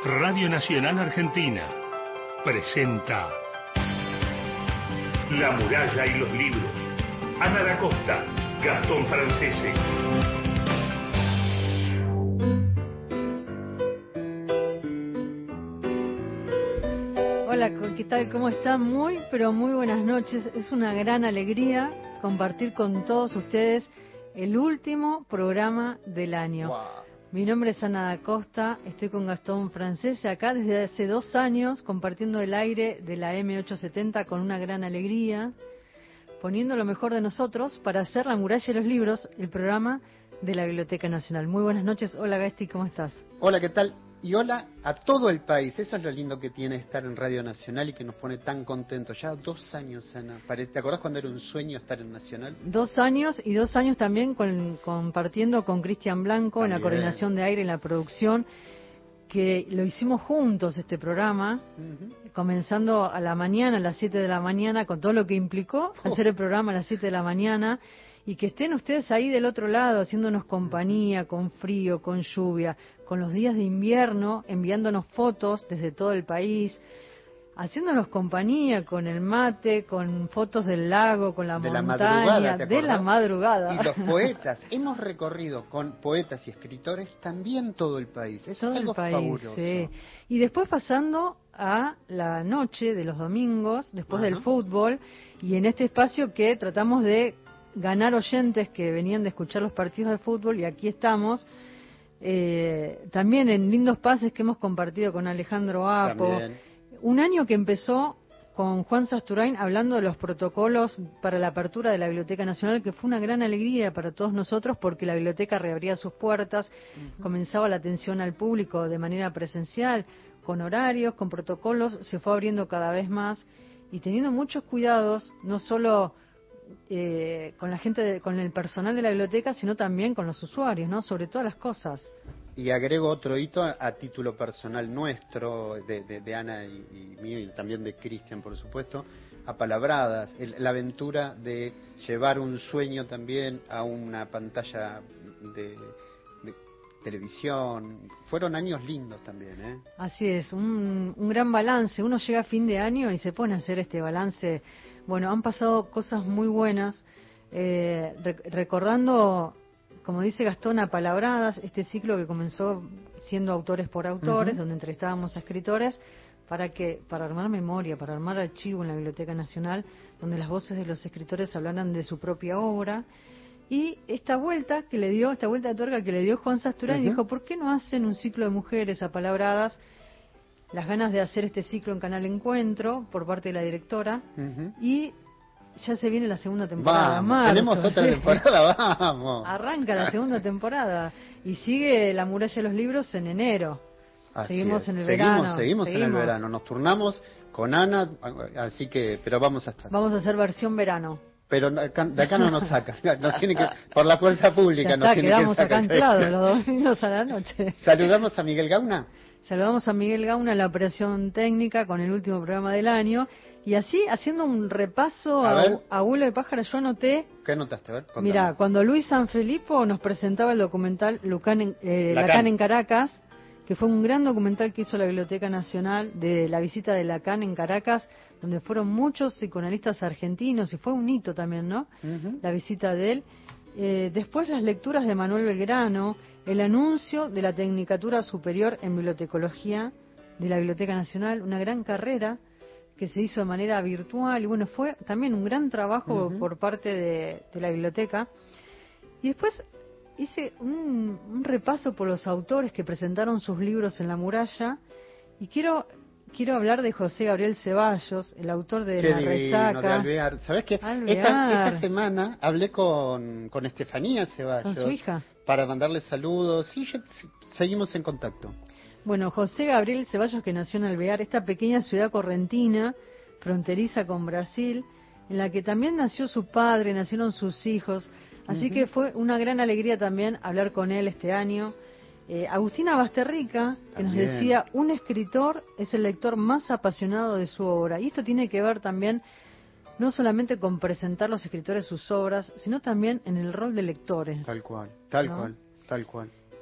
Radio Nacional Argentina presenta La muralla y los libros. Ana da Costa, Gastón Francese. Hola, ¿qué tal? ¿Cómo están? Muy, pero muy buenas noches. Es una gran alegría compartir con todos ustedes el último programa del año. Wow. Mi nombre es Ana da Costa, estoy con Gastón Francese acá desde hace 2 años compartiendo el aire de la M870 con una gran alegría, poniendo lo mejor de nosotros para hacer La muralla y los libros, el programa de la Biblioteca Nacional. Muy buenas noches. Hola Gasti, ¿cómo estás? Hola, ¿qué tal? Y hola a todo el país. Eso es lo lindo que tiene estar en Radio Nacional y que nos pone tan contentos. Ya 2 años, Ana. ¿Te acordás cuando era un sueño estar en Nacional? 2 años y 2 años también compartiendo con Cristian Blanco También. en la coordinación de aire, en la producción, que lo hicimos juntos este programa, comenzando a la mañana, a las 7 de la mañana, con todo lo que implicó hacer el programa a las 7 de la mañana. Y que estén ustedes ahí del otro lado, haciéndonos compañía, con frío, con lluvia, con los días de invierno, enviándonos fotos desde todo el país, haciéndonos compañía con el mate, con fotos del lago, con la montaña, de la madrugada. Y los poetas. Hemos recorrido con poetas y escritores también todo el país. Eso es algo fabuloso. Sí. Y después pasando a la noche de los domingos, después del fútbol, y en este espacio que tratamos de ganar oyentes que venían de escuchar los partidos de fútbol, y aquí estamos, también en lindos pases que hemos compartido con Alejandro Apo. También. Un año que empezó con Juan Sasturain hablando de los protocolos para la apertura de la Biblioteca Nacional, que fue una gran alegría para todos nosotros porque la biblioteca reabría sus puertas, comenzaba la atención al público de manera presencial, con horarios, con protocolos, se fue abriendo cada vez más y teniendo muchos cuidados, no solo con la gente, con el personal de la biblioteca, sino también con los usuarios, ¿no? Sobre todas las cosas. Y agrego otro hito a título personal nuestro, de Ana y mío, y también de Cristian, por supuesto, apalabradas, la aventura de llevar un sueño también a una pantalla de televisión. Fueron años lindos también, ¿eh? Así es, un gran balance. Uno llega a fin de año y se pone a hacer este balance. Bueno, han pasado cosas muy buenas, recordando, como dice Gastón, apalabradas, este ciclo que comenzó siendo autores por autores, donde entrevistábamos a escritores, para armar memoria, para armar archivo en la Biblioteca Nacional, donde las voces de los escritores hablaran de su propia obra. Y esta vuelta de tuerca que le dio Juan Sasturain, dijo, ¿por qué no hacen un ciclo de mujeres apalabradas? Las ganas de hacer este ciclo en Canal Encuentro por parte de la directora, y ya se viene la segunda temporada. Vamos, tenemos otra temporada, vamos. Arranca la segunda temporada y sigue La muralla de los libros en enero. Seguimos en el verano. Seguimos en el verano, nos turnamos con Ana, así que, pero vamos a estar. Vamos a hacer versión verano. Pero de acá no nos saca, nos tiene que, por la fuerza pública nos tiene que sacar. Quedamos acá anclados los domingos a la noche. Saludamos a Miguel Gauna. Saludamos a Miguel Gauna en la operación técnica con el último programa del año. Y así, haciendo un repaso a vuelo de pájaro, yo anoté... ¿Qué anotaste? A ver, contame. Mirá, cuando Luis Sanfilippo nos presentaba el documental Lacan en Caracas, que fue un gran documental que hizo la Biblioteca Nacional de la visita de Lacan en Caracas, donde fueron muchos psicoanalistas argentinos, y fue un hito también, ¿no? La visita de él. Después las lecturas de Manuel Belgrano, el anuncio de la Tecnicatura Superior en Bibliotecología de la Biblioteca Nacional, una gran carrera que se hizo de manera virtual, y bueno, fue también un gran trabajo por parte de la biblioteca. Y después hice un repaso por los autores que presentaron sus libros en la muralla, y quiero hablar de José Gabriel Ceballos, el autor de La Resaca. De Alvear. ¿Sabés qué? Esta semana hablé con Estefanía Ceballos. Con su hija. Para mandarle saludos. Sí, seguimos en contacto. Bueno, José Gabriel Ceballos, que nació en Alvear, esta pequeña ciudad correntina, fronteriza con Brasil, en la que también nació su padre, nacieron sus hijos. Así que fue una gran alegría también hablar con él este año. Agustina Basterrica, que nos decía, un escritor es el lector más apasionado de su obra. Y esto tiene que ver también no solamente con presentar los escritores sus obras, sino también en el rol de lectores. Tal cual.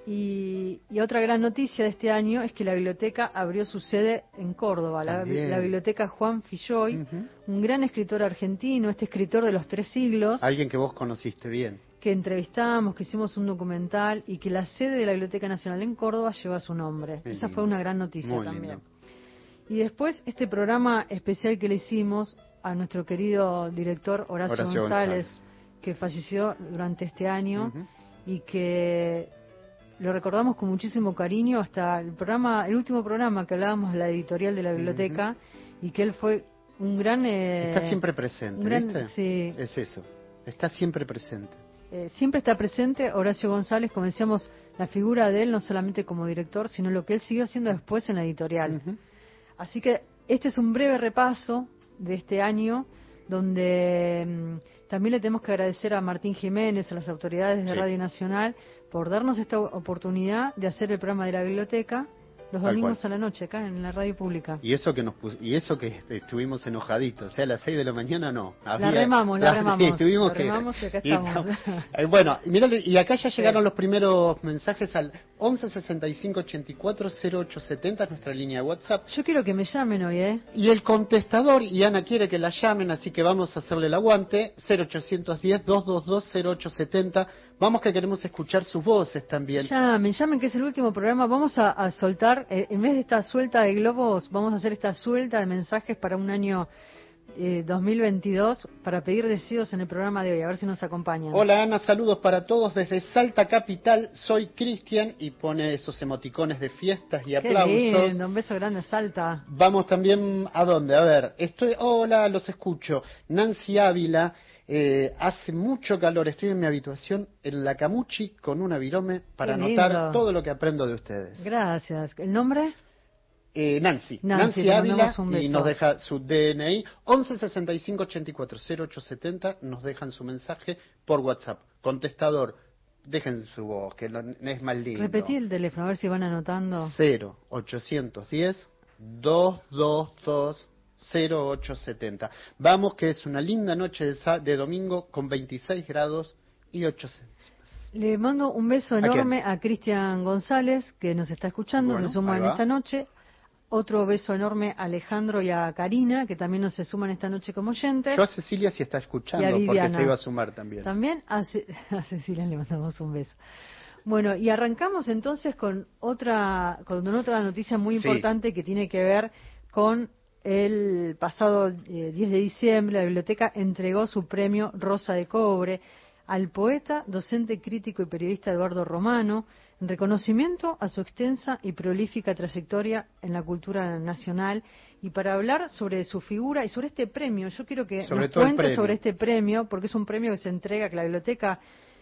Y otra gran noticia de este año es que la biblioteca abrió su sede en Córdoba, la biblioteca Juan Filloy, un gran escritor argentino, este escritor de los 3 siglos. Alguien que vos conociste bien. Que entrevistamos, que hicimos un documental y que la sede de la Biblioteca Nacional en Córdoba lleva su nombre. Esa fue una gran noticia también. Y después este programa especial que le hicimos a nuestro querido director Horacio González, que falleció durante este año y que lo recordamos con muchísimo cariño hasta el último programa que hablábamos de la editorial de la biblioteca y que él fue un gran... está siempre presente, ¿viste? Sí. Es eso, está siempre presente. Siempre está presente Horacio González, como decíamos, la figura de él no solamente como director, sino lo que él siguió haciendo después en la editorial. Así que este es un breve repaso de este año, donde también le tenemos que agradecer a Martín Jiménez, a las autoridades de Radio Nacional, por darnos esta oportunidad de hacer el programa de la biblioteca los domingos a la noche, acá en la radio pública. Y eso que estuvimos enojaditos, o sea, a las 6 de la mañana no. La remamos. Sí, tuvimos la remamos y acá estamos. Bueno, mirá, y acá ya llegaron los primeros mensajes al 11 65 84 0870, nuestra línea de WhatsApp. Yo quiero que me llamen hoy, Y el contestador, y Ana quiere que la llamen, así que vamos a hacerle el aguante, 0810 222 0870. Vamos, que queremos escuchar sus voces también. Llamen, que es el último programa. Vamos a soltar, en vez de esta suelta de globos, vamos a hacer esta suelta de mensajes para un año 2022, para pedir deseos en el programa de hoy, a ver si nos acompañan. Hola Ana, saludos para todos desde Salta Capital, soy Cristian, y pone esos emoticones de fiestas y aplausos. Qué lindo, un beso grande, Salta. Vamos también, ¿a dónde? A ver, hola, los escucho. Nancy Ávila, hace mucho calor, estoy en mi habitación en la Camuchi con una virome para anotar todo lo que aprendo de ustedes. Gracias. ¿El nombre? Nancy Ávila, y nos deja su DNI 11 65 84 0870, nos dejan su mensaje por WhatsApp. Contestador, dejen su voz, que no es más lindo. Repetí el teléfono, a ver si van anotando. 0810 222 0870. Vamos, que es una linda noche de domingo con 26 grados y 8 centímetros. Le mando un beso enorme a Cristian González, que nos está escuchando, se suma en esta noche. Otro beso enorme a Alejandro y a Karina, que también nos se suman esta noche como oyentes. Yo a Cecilia sí está escuchando, porque se iba a sumar también. También a Cecilia le mandamos un beso. Bueno, y arrancamos entonces con otra noticia muy importante que tiene que ver con el pasado 10 de diciembre. La biblioteca entregó su premio Rosa de Cobre al poeta, docente, crítico y periodista Eduardo Romano, en reconocimiento a su extensa y prolífica trayectoria en la cultura nacional. Y para hablar sobre su figura y sobre este premio, yo quiero que nos cuente sobre este premio, porque es un premio que se entrega, que la biblioteca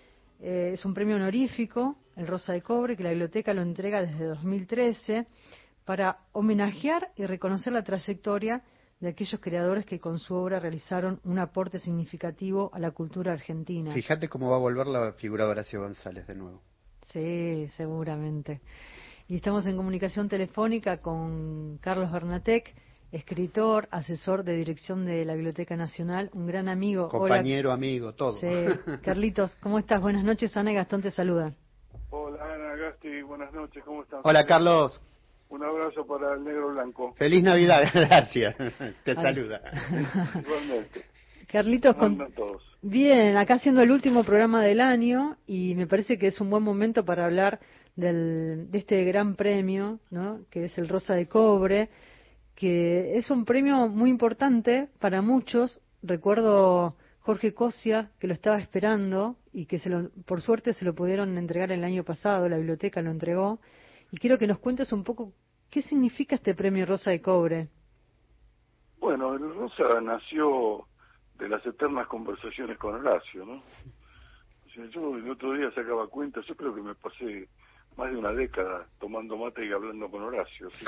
es un premio honorífico, el Rosa de Cobre, que la biblioteca lo entrega desde 2013 para homenajear y reconocer la trayectoria de aquellos creadores que con su obra realizaron un aporte significativo a la cultura argentina. Fíjate cómo va a volver la figura de Horacio González de nuevo. Sí, seguramente. Y estamos en comunicación telefónica con Carlos Bernatec, escritor, asesor de dirección de la Biblioteca Nacional, un gran amigo. Compañero, hola. Amigo, todo. Sí. Carlitos, ¿cómo estás? Buenas noches, Ana y Gastón te saludan. Hola Ana, Gasti, buenas noches, ¿cómo estás? Hola Carlos. Un abrazo para el negro blanco. Feliz Navidad, gracias. Te saluda. Igualmente. Carlitos, todos. Bien, acá haciendo el último programa del año, y me parece que es un buen momento para hablar de este gran premio, ¿no?, que es el Rosa de Cobre, que es un premio muy importante para muchos. Recuerdo Jorge Cosia, que lo estaba esperando y que por suerte se lo pudieron entregar el año pasado, la biblioteca lo entregó. Y quiero que nos cuentes un poco qué significa este premio Rosa de Cobre. Bueno, el Rosa nació de las eternas conversaciones con Horacio, ¿no? O sea, yo el otro día sacaba cuenta, yo creo que me pasé más de una década tomando mate y hablando con Horacio. Así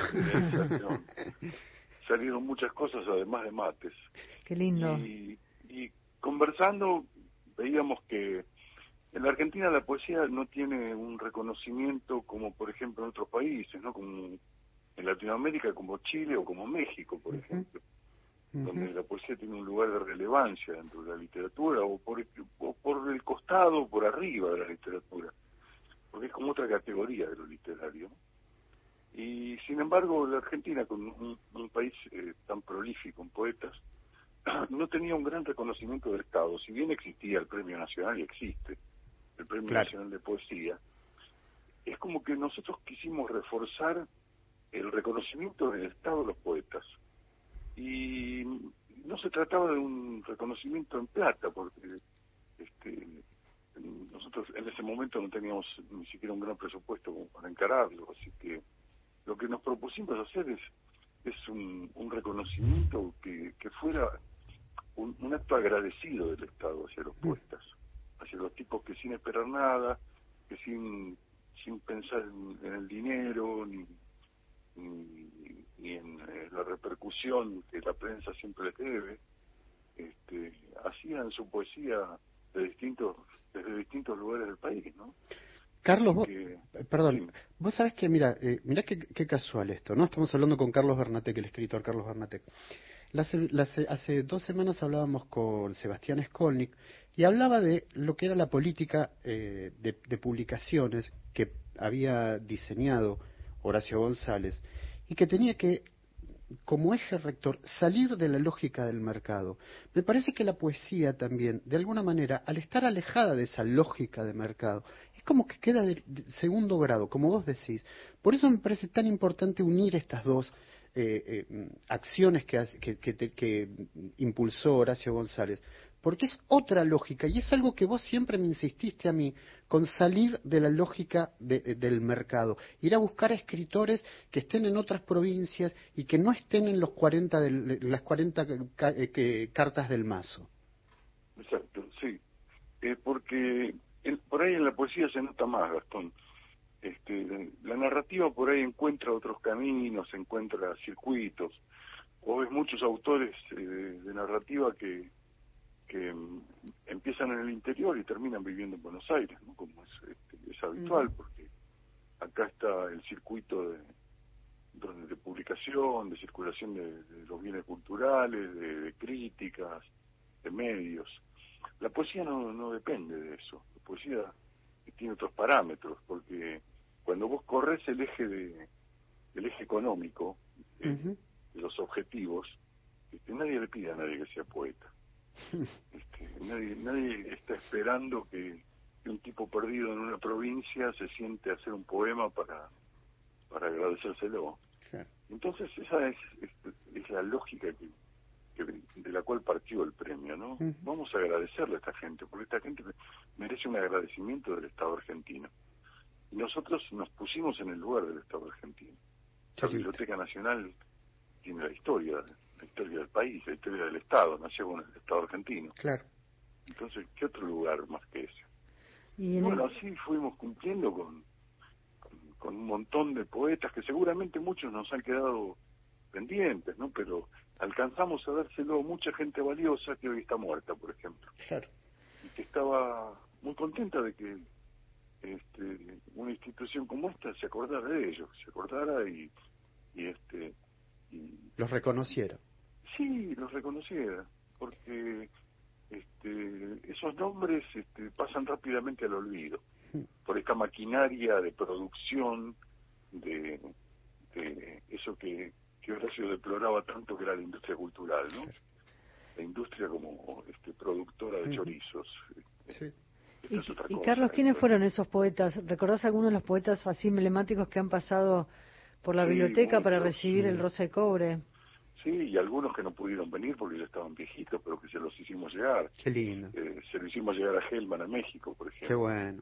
que salieron muchas cosas además de mates. Qué lindo. Y conversando veíamos que en la Argentina la poesía no tiene un reconocimiento como, por ejemplo, en otros países, ¿no? Como en Latinoamérica, como Chile o como México, por ejemplo, donde la poesía tiene un lugar de relevancia dentro de la literatura, o por el costado o por arriba de la literatura. porque es como otra categoría de lo literario. Y sin embargo, la Argentina, con un país tan prolífico en poetas, no tenía un gran reconocimiento del Estado. Si bien existía el Premio Nacional, y existe el Premio Nacional de Poesía, es como que nosotros quisimos reforzar el reconocimiento del Estado de los poetas. Y no se trataba de un reconocimiento en plata, porque nosotros en ese momento no teníamos ni siquiera un gran presupuesto como para encararlo, así que lo que nos propusimos hacer es un reconocimiento que fuera un acto agradecido del Estado hacia los poetas, hacia los tipos que sin esperar nada, que sin pensar en el dinero ni en la repercusión que la prensa siempre les debe, hacían su poesía desde distintos lugares del país, ¿no? Carlos, perdón, sí. Vos sabés que, mira qué casual esto, ¿no? Estamos hablando con Carlos Bernatec, el escritor Carlos Bernatec. Hace 2 semanas hablábamos con Sebastián Skolnick y hablaba de lo que era la política de publicaciones que había diseñado Horacio González y que tenía que, como eje rector, salir de la lógica del mercado. Me parece que la poesía también, de alguna manera, al estar alejada de esa lógica de mercado, es como que queda de segundo grado, como vos decís. Por eso me parece tan importante unir estas dos acciones que impulsó Horacio González, porque es otra lógica y es algo que vos siempre me insististe a mí, con salir de la lógica del mercado, ir a buscar a escritores que estén en otras provincias y que no estén en las 40 cartas del mazo. Exacto, sí, porque por ahí en la poesía se nota más, Gastón. La narrativa por ahí encuentra otros caminos, encuentra circuitos. O ves muchos autores de narrativa que empiezan en el interior y terminan viviendo en Buenos Aires, ¿no? Como es habitual, porque acá está el circuito de publicación, de circulación de los bienes culturales, de críticas, de medios. La poesía no depende de eso. La poesía tiene otros parámetros, porque cuando vos corres el eje económico, de los objetivos, nadie le pide a nadie que sea poeta. Nadie está esperando que un tipo perdido en una provincia se siente a hacer un poema para agradecérselo. Claro. Entonces esa es la lógica de la cual partió el premio, ¿no? Vamos a agradecerle a esta gente, porque esta gente merece un agradecimiento del Estado argentino. Y nosotros nos pusimos en el lugar del Estado argentino. La Biblioteca Nacional tiene la historia del país, la historia del Estado, nació con el Estado argentino. Claro. Entonces, ¿qué otro lugar más que ese? Y bueno, así fuimos cumpliendo con un montón de poetas que seguramente muchos nos han quedado pendientes, ¿no? Pero alcanzamos a dárselo a mucha gente valiosa que hoy está muerta, por ejemplo. Claro. Y que estaba muy contenta de que una institución como esta se acordara de ellos, se acordara y los reconociera. Sí, los reconociera, porque esos nombres pasan rápidamente al olvido por esta maquinaria de producción de eso que Horacio deploraba tanto, que era la industria cultural, ¿no? La industria como productora de chorizos. Sí. Y Carlos, ¿quiénes fueron esos poetas? ¿Recordás algunos de los poetas así emblemáticos que han pasado por la biblioteca para recibir el Rosa de Cobre? Sí, y algunos que no pudieron venir porque ya estaban viejitos, pero que se los hicimos llegar. Qué lindo. Se lo hicimos llegar a Gelman, a México, por ejemplo. Qué bueno.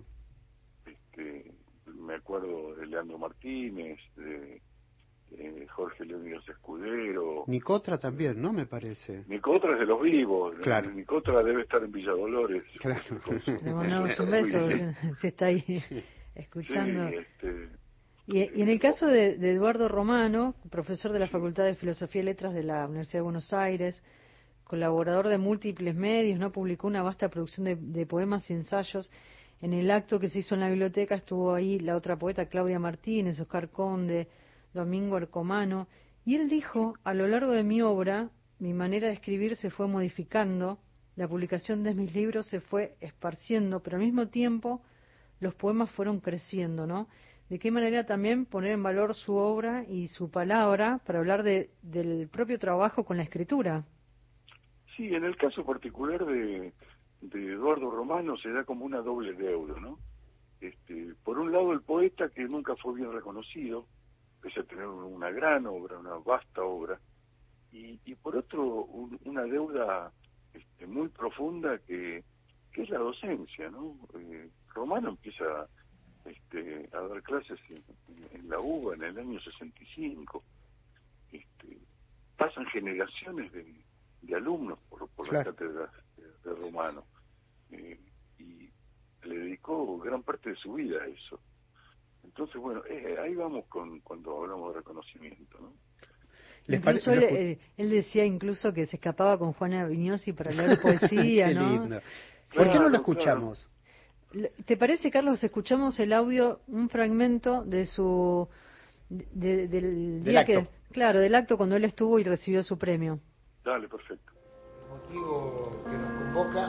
Me acuerdo de Leandro Martínez, de Jorge Leónidas Escudero. Nicotra también, ¿no? Me parece. Nicotra es de los vivos. Claro. Nicotra debe estar en Villa Dolores. Claro. Le mandamos un beso, si está ahí escuchando. Sí, y en el caso de Eduardo Romano, profesor de la Facultad de Filosofía y Letras de la Universidad de Buenos Aires, colaborador de múltiples medios, ¿no? Publicó una vasta producción de poemas y ensayos. En el acto que se hizo en la biblioteca estuvo ahí la otra poeta Claudia Martínez, Oscar Conde, Domingo Arcomano, y él dijo: a lo largo de mi obra, mi manera de escribir se fue modificando, la publicación de mis libros se fue esparciendo, pero al mismo tiempo los poemas fueron creciendo, ¿no? De qué manera también poner en valor su obra y su palabra para hablar del propio trabajo con la escritura. Sí, en el caso particular de Eduardo Romano se da como una doble deuda, ¿no? Por un lado, el poeta que nunca fue bien reconocido, pese a tener una gran obra, una vasta obra, y por otro, una deuda muy profunda que es la docencia, ¿no? Romano empieza a dar clases en la UBA en el año 65. Pasan generaciones de alumnos por las cátedras de Romano, y le dedicó gran parte de su vida a eso. Entonces, bueno, ahí vamos cuando hablamos de reconocimiento, ¿no? Incluso él decía incluso que se escapaba con Juana Vignosi para leer poesía, Qué ¿no? lindo. ¿Por qué no lo escuchamos? ¿Te parece, Carlos? Escuchamos el audio, un fragmento de su del día acto. Claro, del acto cuando él estuvo y recibió su premio. Dale, perfecto. El motivo que nos convoca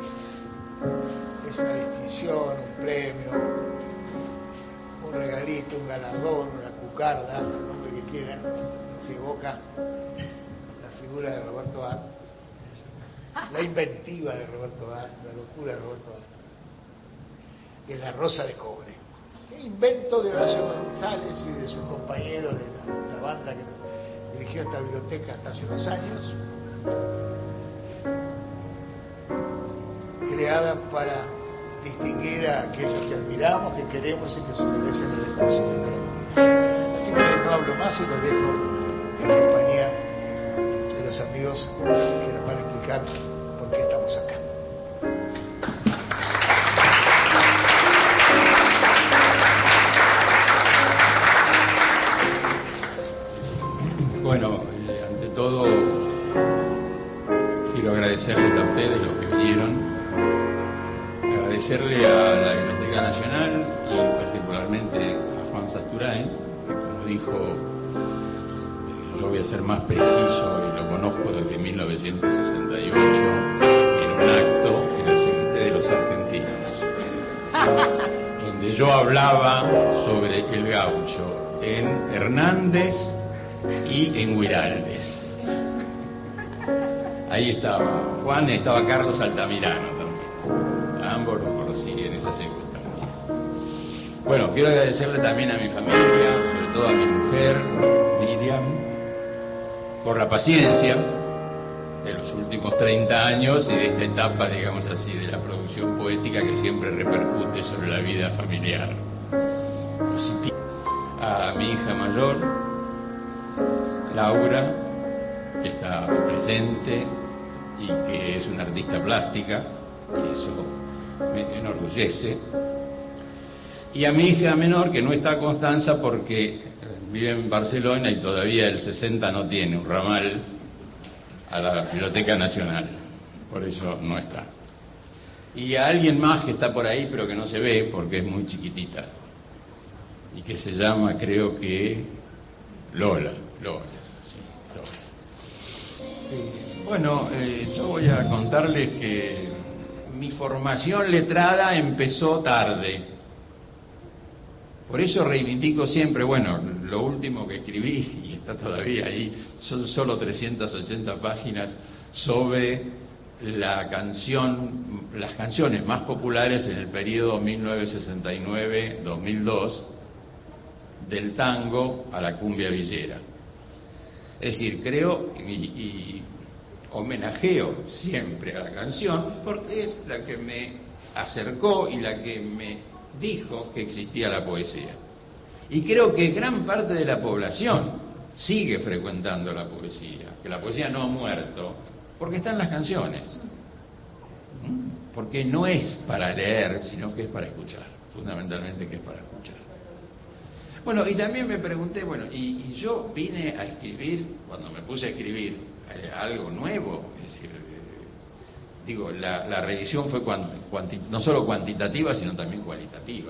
es una distinción, un premio, un regalito, un galardón, una cucarda, el nombre que quieran, que evoca la figura de Roberto Arlt, la inventiva de Roberto Arlt, la locura de Roberto Arlt, que es la rosa de cobre. El invento de Horacio González y de sus compañeros de la banda que dirigió esta biblioteca hasta hace unos años, creada para distinguir a aquellos que admiramos, que queremos y que se merecen el reconocimiento de la comunidad. Así que no hablo más y los dejo en compañía de los amigos que nos van a explicar por qué estamos acá. Bueno, ante todo quiero agradecerles a ustedes los que vinieron, agradecerle a la Biblioteca Nacional y particularmente a Juan Sasturain, que como dijo, yo voy a ser más preciso y lo conozco desde 1968 en un acto en el CNT de los Argentinos, donde yo hablaba sobre el gaucho en Hernández y en Huiraldes. Ahí estaba Juan, estaba Carlos Altamirano también. Ambos los conocí en esas circunstancias. Bueno, quiero agradecerle también a mi familia, sobre todo a mi mujer, Miriam, por la paciencia de los últimos 30 años y de esta etapa, digamos así, de la producción poética que siempre repercute sobre la vida familiar. A mi hija mayor, Laura, que está presente y que es una artista plástica, y eso me enorgullece. Y a mi hija menor, que no está, Constanza, porque vive en Barcelona y todavía el 60 no tiene un ramal a la Biblioteca Nacional, por eso no está. Y a alguien más que está por ahí, pero que no se ve porque es muy chiquitita, y que se llama, creo que, Lola. Bueno, yo voy a contarles que mi formación letrada empezó tarde. Por eso reivindico siempre, bueno, lo último que escribí, y está todavía ahí, son solo 380 páginas sobre las canciones más populares en el periodo 1969-2002, del tango a la cumbia villera. Es decir, creo y homenajeo siempre a la canción porque es la que me acercó y la que me dijo que existía la poesía. Y creo que gran parte de la población sigue frecuentando la poesía, que la poesía no ha muerto, porque están las canciones. Porque no es para leer, sino que es para escuchar, fundamentalmente que es para escuchar. Bueno, y también me pregunté, bueno, y yo vine a escribir, cuando me puse a escribir algo nuevo, es decir, digo, la revisión fue no solo cuantitativa, sino también cualitativa.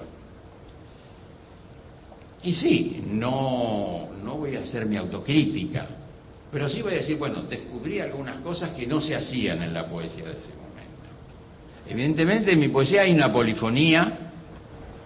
Y sí, no voy a hacer mi autocrítica, pero sí voy a decir, bueno, descubrí algunas cosas que no se hacían en la poesía de ese momento. Evidentemente en mi poesía hay una polifonía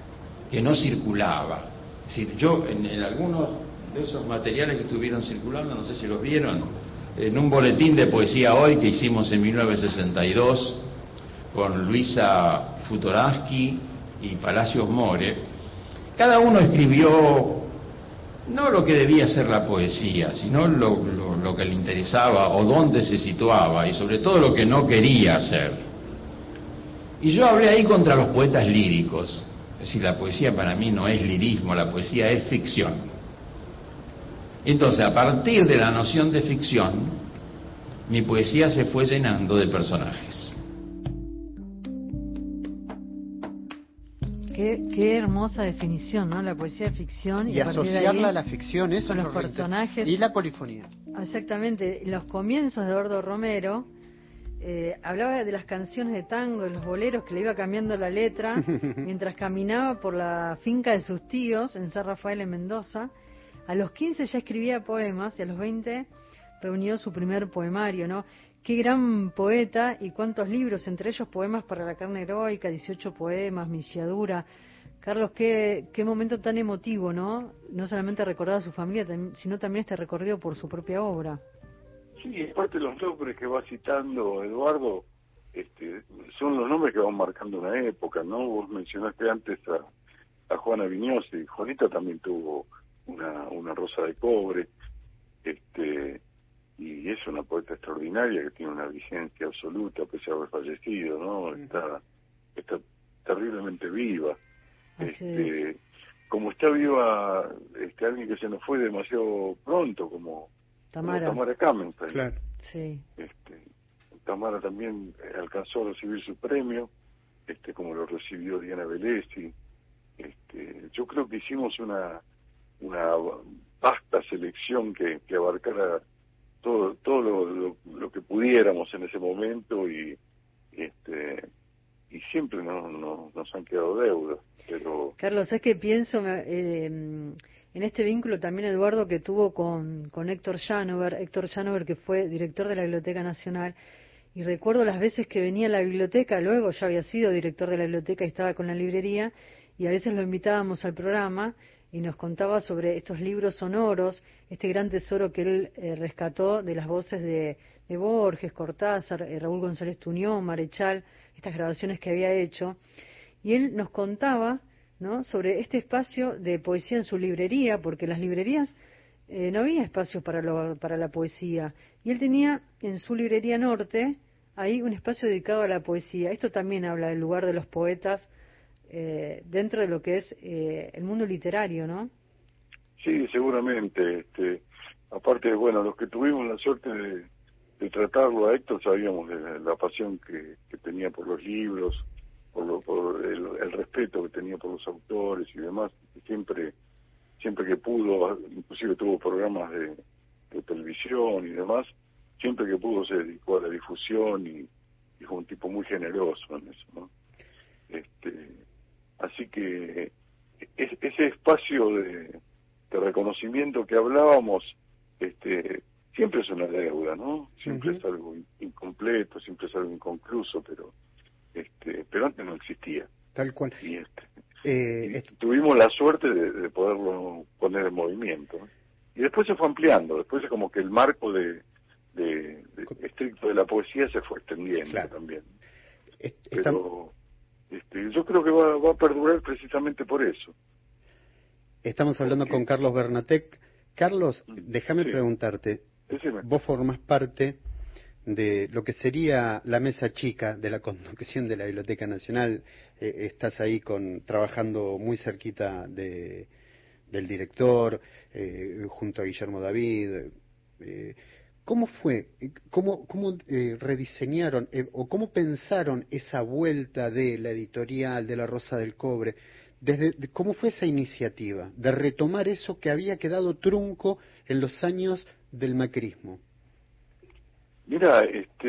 que no circulaba. Es decir, yo en algunos de esos materiales que estuvieron circulando, no sé si los vieron, en un boletín de Poesía Hoy que hicimos en 1962 con Luisa Futoransky y Palacios More, cada uno escribió no lo que debía ser la poesía, sino lo que le interesaba o dónde se situaba, y sobre todo lo que no quería hacer. Y yo hablé ahí contra los poetas líricos. Es decir, la poesía para mí no es lirismo, la poesía es ficción. Entonces, a partir de la noción de ficción, mi poesía se fue llenando de personajes. Qué hermosa definición, ¿no? La poesía de ficción. Y asociarla a la ficción, eso con los personajes. Y la polifonía. Exactamente. Los comienzos de Eduardo Romero, hablaba de las canciones de tango, de los boleros, que le iba cambiando la letra mientras caminaba por la finca de sus tíos en San Rafael, en Mendoza. A los 15 ya escribía poemas y a los 20 reunió su primer poemario, ¿no? Qué gran poeta y cuántos libros, entre ellos Poemas para la carne heroica, 18 poemas, Misiadura. Carlos, qué momento tan emotivo, ¿no? No solamente recordar a su familia, sino también este recorrido por su propia obra. Sí, aparte los nombres que va citando Eduardo, son los nombres que van marcando una época, ¿no? Vos mencionaste antes a Juana Viñosi. Juanita también tuvo una rosa de cobre, y es una poeta extraordinaria que tiene una vigencia absoluta, pese a haber fallecido, ¿no? Está terriblemente viva. Como está viva alguien que se nos fue demasiado pronto, como Tamara Kamenstein. Claro. Sí. Tamara también alcanzó a recibir su premio, como lo recibió Diana Velesi. Yo creo que hicimos una vasta selección que abarcara todo lo que pudiéramos en ese momento, y siempre nos han quedado deudas. Pero Carlos, es que pienso en este vínculo también, Eduardo, que tuvo con Héctor Janover, que fue director de la Biblioteca Nacional, y recuerdo las veces que venía a la biblioteca, luego ya había sido director de la biblioteca y estaba con la librería, y a veces lo invitábamos al programa y nos contaba sobre estos libros sonoros, este gran tesoro que él rescató de las voces de Borges, Cortázar, Raúl González Tuñón, Marechal, estas grabaciones que había hecho, y él nos contaba, ¿no?, sobre este espacio de poesía en su librería, porque en las librerías no había espacio para la poesía, y él tenía en su librería norte ahí un espacio dedicado a la poesía. Esto también habla del lugar de los poetas dentro de lo que es el mundo literario, ¿no? Sí, seguramente. Aparte, bueno, los que tuvimos la suerte de tratarlo a Héctor, sabíamos de la pasión que tenía por los libros, por el respeto que tenía por los autores y demás. Siempre que pudo, inclusive tuvo programas de televisión y demás, siempre que pudo se dedicó a la difusión y fue un tipo muy generoso en eso, ¿no? Así que ese espacio de reconocimiento que hablábamos, siempre es una deuda, ¿no? Siempre es algo incompleto, siempre es algo inconcluso, pero antes no existía. Tal cual. Y tuvimos la suerte de poderlo poner en movimiento, ¿no? Y después se fue ampliando, después es como que el marco de estricto de la poesía se fue extendiendo, claro, también. Pero yo creo que va a perdurar precisamente por eso. Estamos hablando con Carlos Bernatec. Carlos, déjame preguntarte, vos formás parte de lo que sería la mesa chica de la conducción de la Biblioteca Nacional. Estás ahí trabajando muy cerquita del director, junto a Guillermo David. ¿Cómo fue? ¿Cómo rediseñaron o cómo pensaron esa vuelta de la editorial de La Rosa del Cobre? ¿Cómo fue esa iniciativa de retomar eso que había quedado trunco en los años del macrismo? Mira,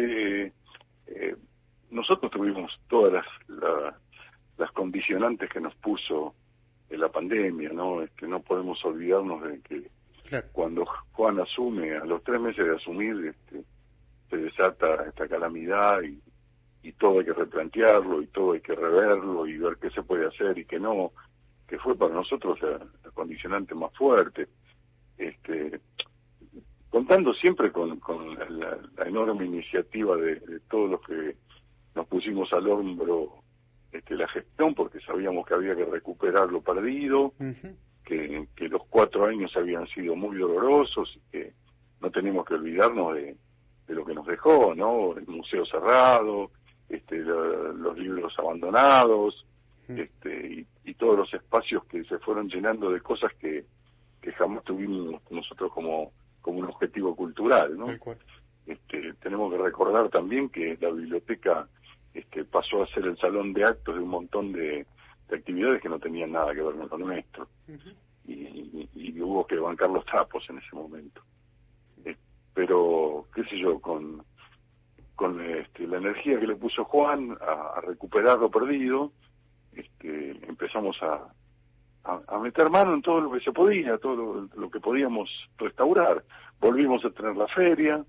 nosotros tuvimos todas las condicionantes que nos puso la pandemia, ¿no? No podemos olvidarnos de que cuando Juan asume, a los 3 meses de asumir, se desata esta calamidad y todo hay que replantearlo y todo hay que reverlo y ver qué se puede hacer y qué que fue para nosotros la condicionante más fuerte, contando siempre con la enorme iniciativa de todos los que nos pusimos al hombro la gestión, porque sabíamos que había que recuperar lo perdido, que los 4 años habían sido muy dolorosos y que no tenemos que olvidarnos de lo que nos dejó, ¿no? El museo cerrado, los libros abandonados, y todos los espacios que se fueron llenando de cosas que jamás tuvimos nosotros como un objetivo cultural, ¿no? Tenemos que recordar también que la biblioteca pasó a ser el salón de actos de un montón de actividades que no tenían nada que ver con lo nuestro, y hubo que bancar los trapos en ese momento. Pero, qué sé yo, con la energía que le puso Juan a recuperar lo perdido, empezamos a meter mano en todo lo que se podía, todo lo que podíamos restaurar. Volvimos a tener la feria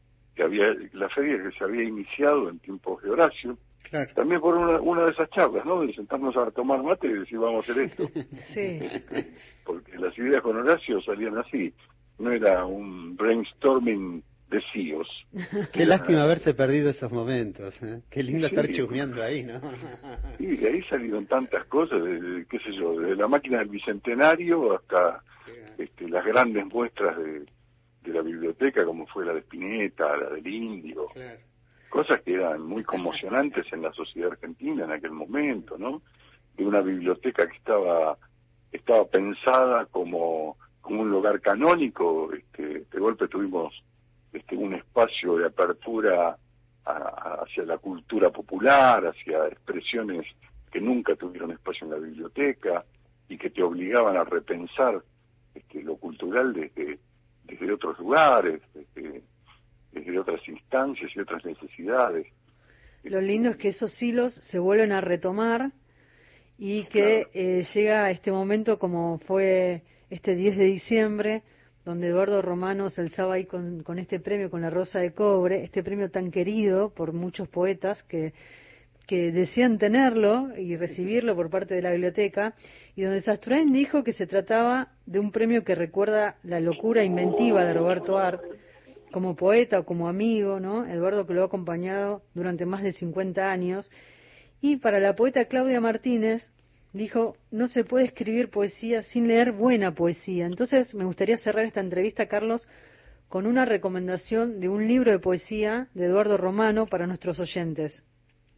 que se había iniciado en tiempos de Horacio, claro. También por una de esas charlas, ¿no? De sentarnos a tomar mate y decir, vamos a hacer esto. Sí. Porque las ideas con Horacio salían así, no era un brainstorming de CEOs. Qué lástima haberse perdido esos momentos, ¿eh? Qué lindo estar chusmeando ahí, ¿no? Sí, de ahí salieron tantas cosas, qué sé yo, desde la máquina del Bicentenario hasta las grandes muestras de la biblioteca, como fue la de Spinetta, la del Indio, claro. Cosas que eran muy conmocionantes en la sociedad argentina en aquel momento, ¿no? De una biblioteca que estaba pensada como un lugar canónico, de golpe tuvimos un espacio de apertura hacia la cultura popular, hacia expresiones que nunca tuvieron espacio en la biblioteca y que te obligaban a repensar lo cultural desde otros lugares, desde otras instancias y otras necesidades. Lo lindo es que esos hilos se vuelven a retomar y que claro. Llega este momento como fue este 10 de diciembre, donde Eduardo Romano se alzaba ahí con este premio, con la Rosa de Cobre, este premio tan querido por muchos poetas que decían tenerlo y recibirlo por parte de la biblioteca, y donde Sasturain dijo que se trataba de un premio que recuerda la locura inventiva de Roberto Arlt, como poeta o como amigo, ¿no? Eduardo, que lo ha acompañado durante más de 50 años, y para la poeta Claudia Martínez, dijo, no se puede escribir poesía sin leer buena poesía. Entonces, me gustaría cerrar esta entrevista, Carlos, con una recomendación de un libro de poesía de Eduardo Romano para nuestros oyentes.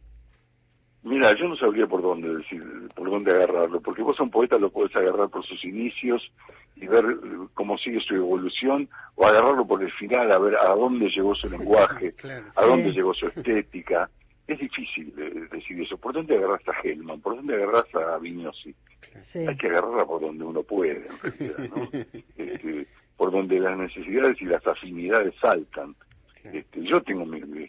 Mira, yo no sabría por dónde agarrarlo, porque vos a un poeta lo podés agarrar por sus inicios y ver cómo sigue su evolución, o agarrarlo por el final, a ver a dónde llegó su lenguaje, claro, a dónde llegó su estética. Es difícil decir eso. ¿Por dónde agarrás a Hellman? ¿Por dónde agarrás a Vignosi? Sí. Hay que agarrarla por donde uno puede, en realidad, ¿no? Por donde las necesidades y las afinidades saltan. Claro. Yo tengo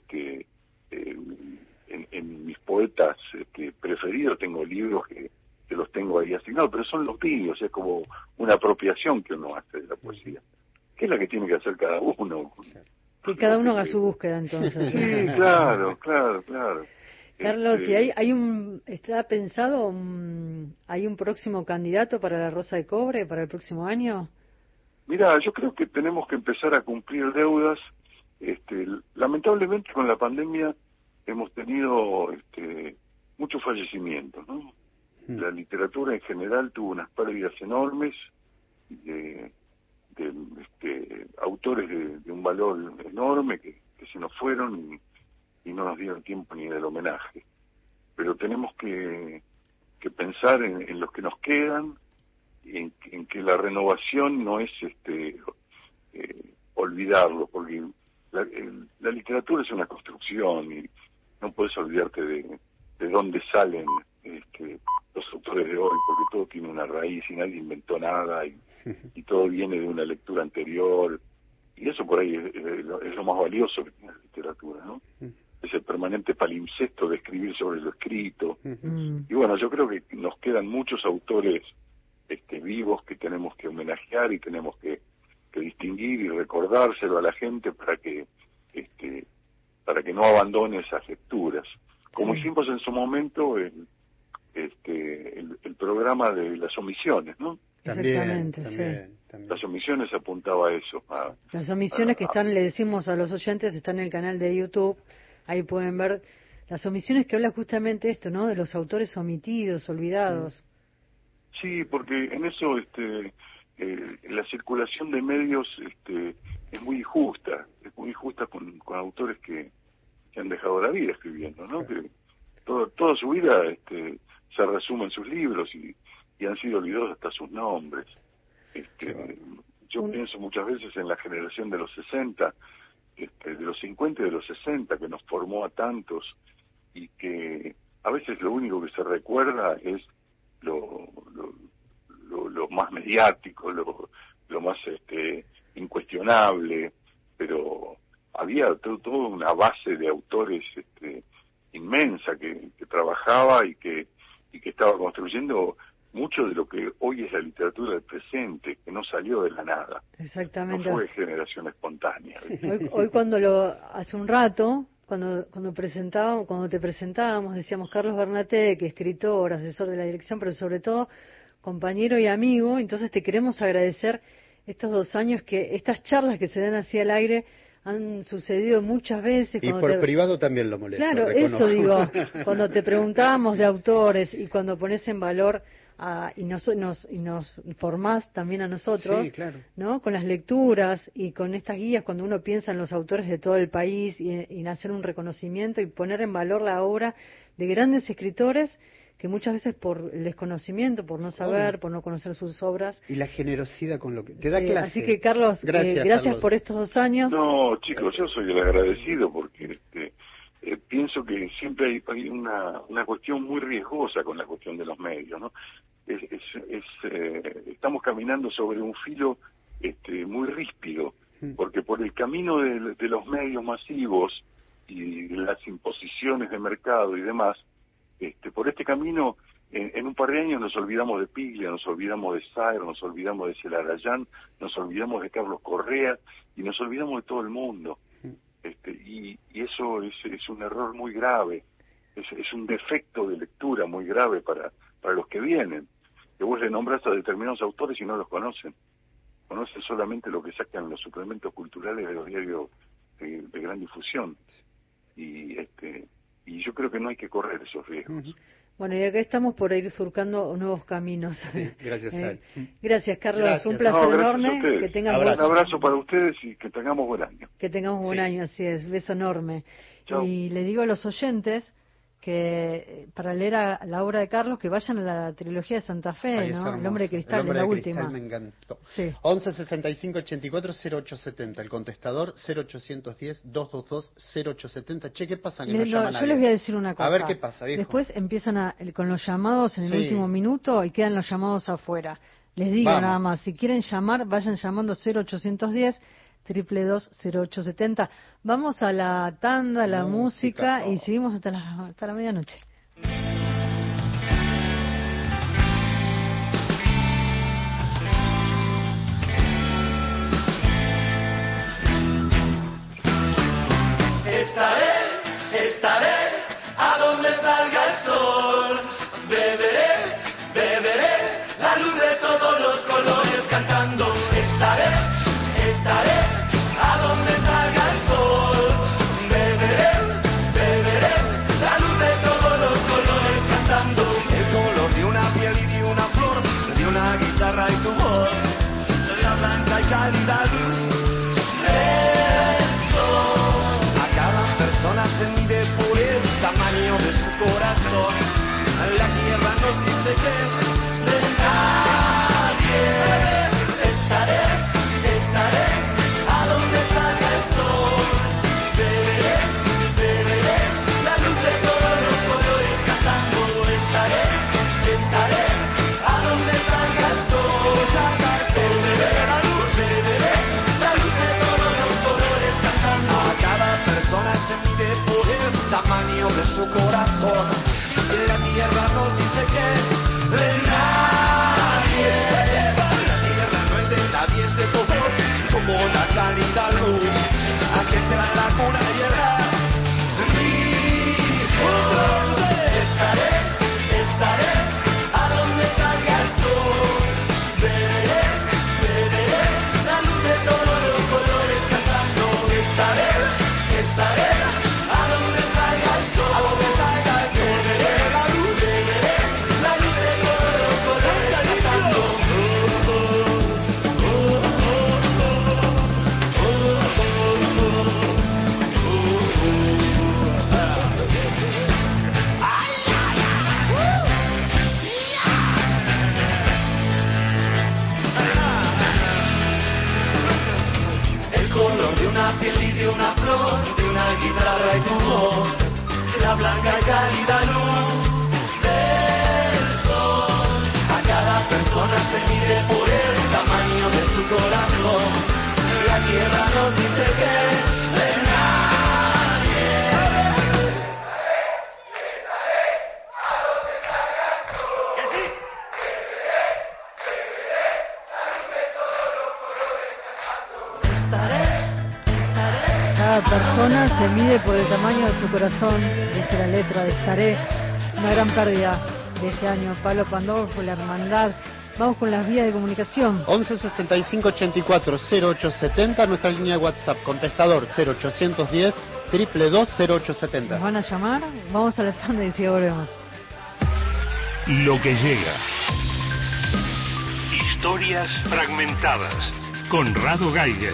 en mis poetas preferidos, tengo libros que los tengo ahí asignados, pero son los míos, es como una apropiación que uno hace de la poesía, que es la que tiene que hacer cada uno. Que cada uno haga su búsqueda, entonces. Sí, claro. Carlos, ¿y está pensado, hay un próximo candidato para la Rosa de Cobre para el próximo año? Mira, yo creo que tenemos que empezar a cumplir deudas. Lamentablemente con la pandemia hemos tenido muchos fallecimientos, ¿no? La literatura en general tuvo unas pérdidas enormes de autores de un valor enorme que se nos fueron y no nos dieron tiempo ni del homenaje. Pero tenemos que pensar en los que nos quedan, en que la renovación no es olvidarlo, porque la literatura es una construcción y no puedes olvidarte de dónde salen los autores de hoy, porque todo tiene una raíz y nadie inventó nada y todo viene de una lectura anterior, y eso por ahí es lo más valioso que tiene la literatura, ¿no? Es el permanente palimpsesto de escribir sobre lo escrito. Y bueno, yo creo que nos quedan muchos autores vivos que tenemos que homenajear y tenemos que distinguir y recordárselo a la gente para que no abandone esas lecturas. Como hicimos en su momento el programa programa de las omisiones, ¿no? También. Las omisiones apuntaba a eso. Las omisiones que están, le decimos a los oyentes, están en el canal de YouTube, ahí pueden ver las omisiones que habla justamente esto, ¿no? De los autores omitidos, olvidados. Sí, porque en eso la circulación de medios es muy injusta con autores que han dejado la vida escribiendo, ¿no? Que toda su vida se resume en sus libros y han sido olvidados hasta sus nombres. Yo pienso muchas veces en la generación de los 60, de los 50 y de los 60, que nos formó a tantos, y que a veces lo único que se recuerda es lo más mediático, lo más incuestionable, pero había toda una base de autores inmensa que trabajaba y que estaba construyendo mucho de lo que hoy es la literatura del presente, que no salió de la nada. Exactamente. No fue generación espontánea. Hoy hace un rato, cuando te presentábamos, decíamos Carlos Bernatec, escritor, asesor de la dirección, pero sobre todo compañero y amigo. Entonces te queremos agradecer estos 2 años, que estas charlas que se dan así al aire han sucedido muchas veces. Y por privado también lo molesto. Claro, reconozco. eso digo, cuando te preguntábamos de autores y cuando pones en valor y nos formás también a nosotros, sí, claro, ¿no? Con las lecturas y con estas guías, cuando uno piensa en los autores de todo el país y hacer un reconocimiento y poner en valor la obra de grandes escritores que muchas veces por el desconocimiento, por no saber, por no conocer sus obras. Y la generosidad con lo que te da clase. Así que, Carlos, gracias Carlos por estos 2 años. No, chicos, yo soy el agradecido porque pienso que siempre hay una cuestión muy riesgosa con la cuestión de los medios, ¿no? Estamos caminando sobre un filo muy ríspido, porque por el camino de los medios masivos y de las imposiciones de mercado y demás, por este camino, en un par de años nos olvidamos de Piglia, nos olvidamos de Saer, nos olvidamos de Celarayán, nos olvidamos de Carlos Correa y nos olvidamos de todo el mundo. Y eso es un error muy grave, es un defecto de lectura muy grave para los que vienen, que vos le nombrás a determinados autores y no los conocen solamente lo que sacan los suplementos culturales de los diarios de gran difusión, y yo creo que no hay que correr esos riesgos. Bueno, y acá estamos por ir surcando nuevos caminos. Sí, gracias a él. Gracias, Carlos. Gracias. Un placer enorme. Que tengan un abrazo para ustedes y que tengamos buen año. Que tengamos buen año, así es. Beso enorme. Chau. Y le digo a los oyentes que para leer la obra de Carlos, que vayan a la trilogía de Santa Fe, ¿no? El Hombre de Cristal, es la última. Me encantó. Sí. 11 65 84 0870, el contestador 0810 222 0870. Che, ¿qué pasa que no llaman a Yo les voy a decir una cosa. A ver qué pasa, viejo. Después empiezan con los llamados en el último minuto y quedan los llamados afuera. Les digo nada más, si quieren llamar, vayan llamando 0810 222-0870. Vamos a la tanda, la música y seguimos hasta la medianoche. Estaré a donde salga el sol. Beberé la luz de todos los colores cantando. Estaré a donde salga el sol. Beberé la luz de todos los colores cantando. El color de una piel y de una flor, de una guitarra y tu voz, la blanca y cálida luz del sol. A cada persona se mide por el tamaño de su corazón. La tierra nos dice que es de nadie. Estaré a donde salga el sol. Beberé la luz de todos los colores cantando. Estaré a donde salga el sol. Beberé la luz de una piel y de una flor, de una guitarra y tu voz, de la blanca y cálida luz del sol. A cada persona se mide por el tamaño de su corazón. La tierra nos dice que de nadie. ¿Que sí? Cada persona se mide por el tamaño de su corazón, dice la letra de Estaré. Una gran pérdida de este año. Pablo Pandolfo, la hermandad. Vamos con las vías de comunicación. 11 65 84 0870, nuestra línea de WhatsApp, contestador 0810 222 0870. ¿Nos van a llamar? Vamos a la tanda y si volvemos. Lo que llega. Historias fragmentadas. Conrado Geiger.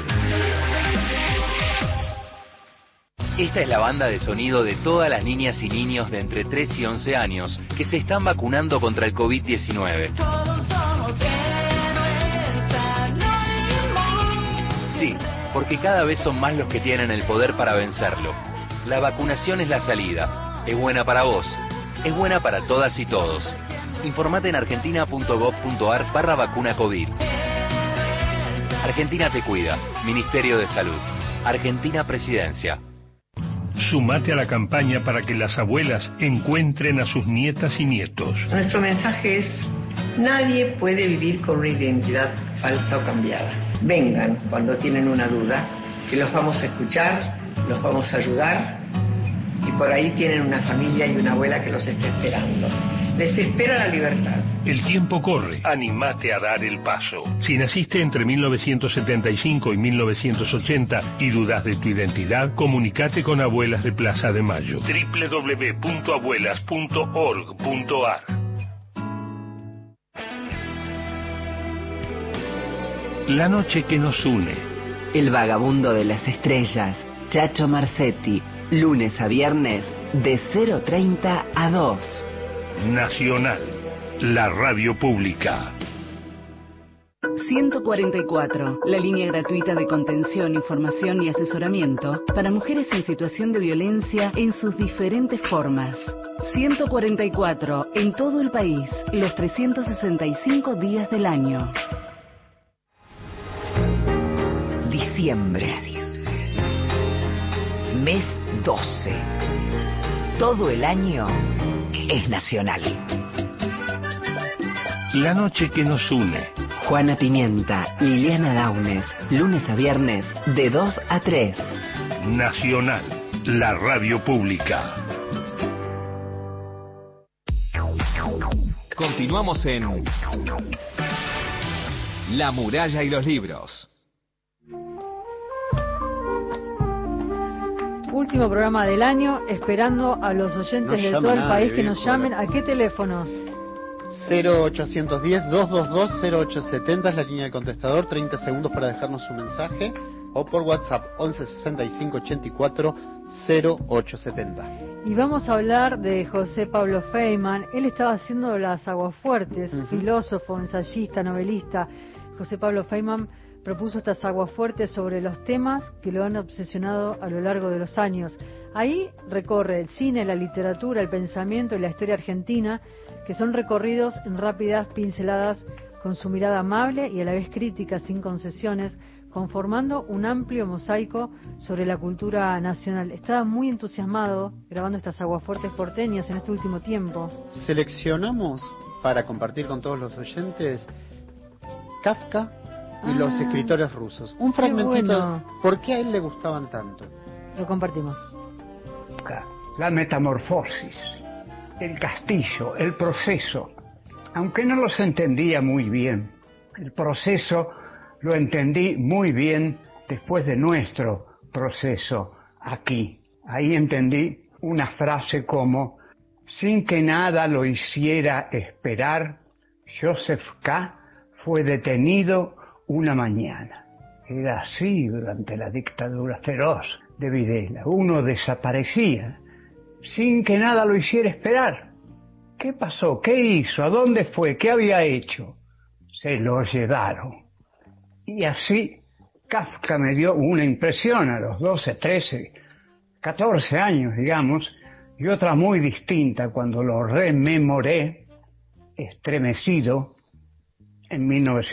Esta es la banda de sonido de todas las niñas y niños de entre 3 y 11 años que se están vacunando contra el COVID-19. Todos somos héroes anónimos. Sí, porque cada vez son más los que tienen el poder para vencerlo. La vacunación es la salida. Es buena para vos. Es buena para todas y todos. Informate en argentina.gov.ar/vacuna COVID. Argentina te cuida. Ministerio de Salud. Argentina Presidencia. Sumate a la campaña para que las abuelas encuentren a sus nietas y nietos. Nuestro mensaje es: nadie puede vivir con una identidad falsa o cambiada. Vengan cuando tienen una duda, que los vamos a escuchar, los vamos a ayudar, y por ahí tienen una familia y una abuela que los está esperando. Les espera la libertad. El tiempo corre. Animate a dar el paso. Si naciste entre 1975 y 1980 y dudas de tu identidad, comunicate con Abuelas de Plaza de Mayo. www.abuelas.org.ar. La noche que nos une. El vagabundo de las estrellas, Chacho Marcetti, lunes a viernes de 0:30 a 2. Nacional, la radio pública. 144, la línea gratuita de contención, información y asesoramiento para mujeres en situación de violencia en sus diferentes formas. 144, en todo el país, los 365 días del año. Diciembre. Mes 12. Todo el año es nacional. La noche que nos une. Juana Pimienta, Liliana Daunes, lunes a viernes de 2 a 3. Nacional, la radio pública. Continuamos en La muralla y los libros. Último programa del año, esperando a los oyentes de todo el país que nos llamen. ¿A qué teléfonos? 0810 222 0870 es la línea del contestador, 30 segundos para dejarnos su mensaje, o por WhatsApp 11 65 84 0870. Y vamos a hablar de José Pablo Feynman. Él estaba haciendo las aguafuertes, filósofo, ensayista, novelista. José Pablo Feynman propuso estas aguafuertes sobre los temas que lo han obsesionado a lo largo de los años. Ahí recorre el cine, la literatura, el pensamiento y la historia argentina, que son recorridos en rápidas pinceladas con su mirada amable y a la vez crítica, sin concesiones, conformando un amplio mosaico sobre la cultura nacional. Estaba muy entusiasmado grabando estas aguafuertes porteñas en este último tiempo. Seleccionamos para compartir con todos los oyentes Kafka y los escritores rusos. Un fragmentito. Bueno. ¿Por qué a él le gustaban tanto? Lo compartimos. La metamorfosis, el castillo, el proceso. Aunque no los entendía muy bien, el proceso lo entendí muy bien después de nuestro proceso aquí. Ahí entendí una frase como: sin que nada lo hiciera esperar, Joseph K. fue detenido una mañana. Era así durante la dictadura feroz de Videla. Uno desaparecía sin que nada lo hiciera esperar. ¿Qué pasó? ¿Qué hizo? ¿A dónde fue? ¿Qué había hecho? Se lo llevaron. Y así Kafka me dio una impresión a los 12, 13, 14 años, digamos, y otra muy distinta cuando lo rememoré, estremecido, en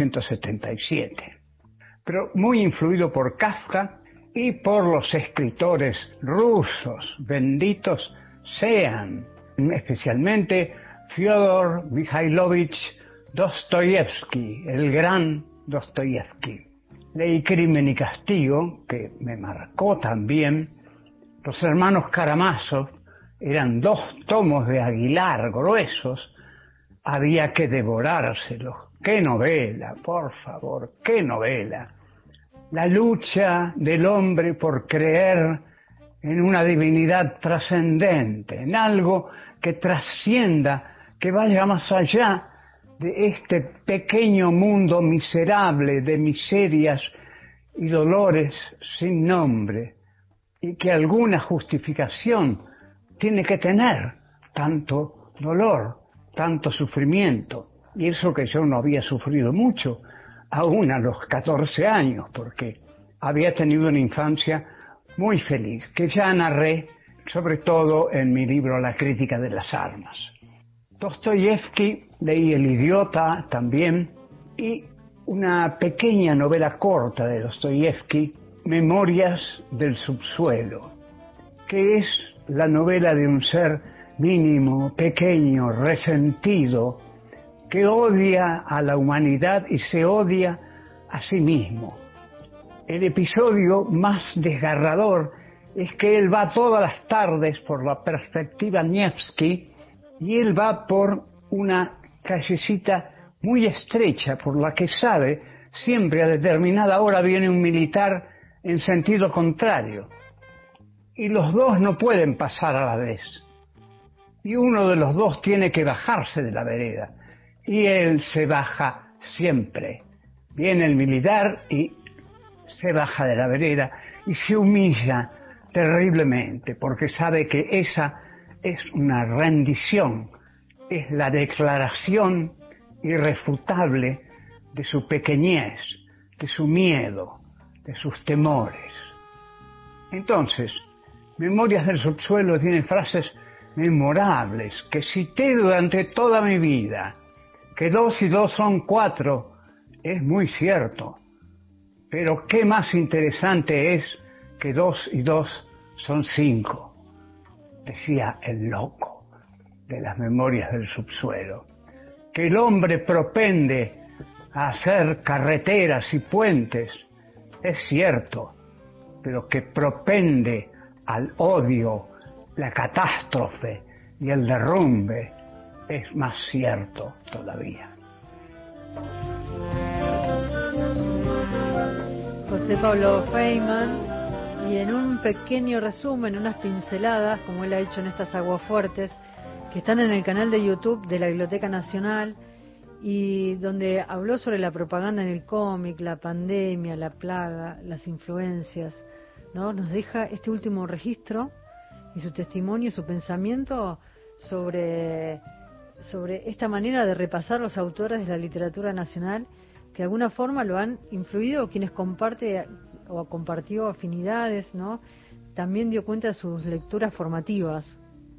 1977. Pero muy influido por Kafka y por los escritores rusos, benditos sean, especialmente Fyodor Mikhailovich Dostoyevsky, el gran Dostoyevsky. Leí Crimen y Castigo, que me marcó también. Los hermanos Karamazov eran 2 tomos de Aguilar gruesos. Había que devorárselos. ¡Qué novela, por favor! ¡Qué novela! La lucha del hombre por creer en una divinidad trascendente, en algo que trascienda, que vaya más allá de este pequeño mundo miserable de miserias y dolores sin nombre, y que alguna justificación tiene que tener tanto dolor, tanto sufrimiento. Y eso que yo no había sufrido mucho, aún a los 14 años, porque había tenido una infancia muy feliz, que ya narré, sobre todo en mi libro La crítica de las armas. Dostoyevsky, leí El idiota también, y una pequeña novela corta de Dostoyevsky, Memorias del subsuelo, que es la novela de un ser mínimo, pequeño, resentido, que odia a la humanidad y se odia a sí mismo. El episodio más desgarrador es que él va todas las tardes por la perspectiva Nevsky, y él va por una callecita muy estrecha por la que sabe siempre a determinada hora viene un militar en sentido contrario. Y los dos no pueden pasar a la vez. Y uno de los dos tiene que bajarse de la vereda. Y él se baja siempre. Viene el militar y se baja de la vereda y se humilla terriblemente porque sabe que esa es una rendición, es la declaración irrefutable de su pequeñez, de su miedo, de sus temores. Entonces, Memorias del subsuelo tiene frases memorables que cité durante toda mi vida. Que 2 y 2 son 4 es muy cierto, pero qué más interesante es que 2 y 2 son 5. Decía el loco de las Memorias del subsuelo, que el hombre propende a hacer carreteras y puentes, es cierto, pero que propende al odio, la catástrofe y el derrumbe es más cierto todavía. José Pablo Feynman. Y en un pequeño resumen, unas pinceladas, como él ha hecho en estas aguafuertes, que están en el canal de YouTube de la Biblioteca Nacional, y donde habló sobre la propaganda en el cómic, la pandemia, la plaga, las influencias, ¿no? Nos deja este último registro y su testimonio, su pensamiento sobre esta manera de repasar los autores de la literatura nacional que de alguna forma lo han influido, quienes o compartió afinidades, ¿no? También dio cuenta de sus lecturas formativas.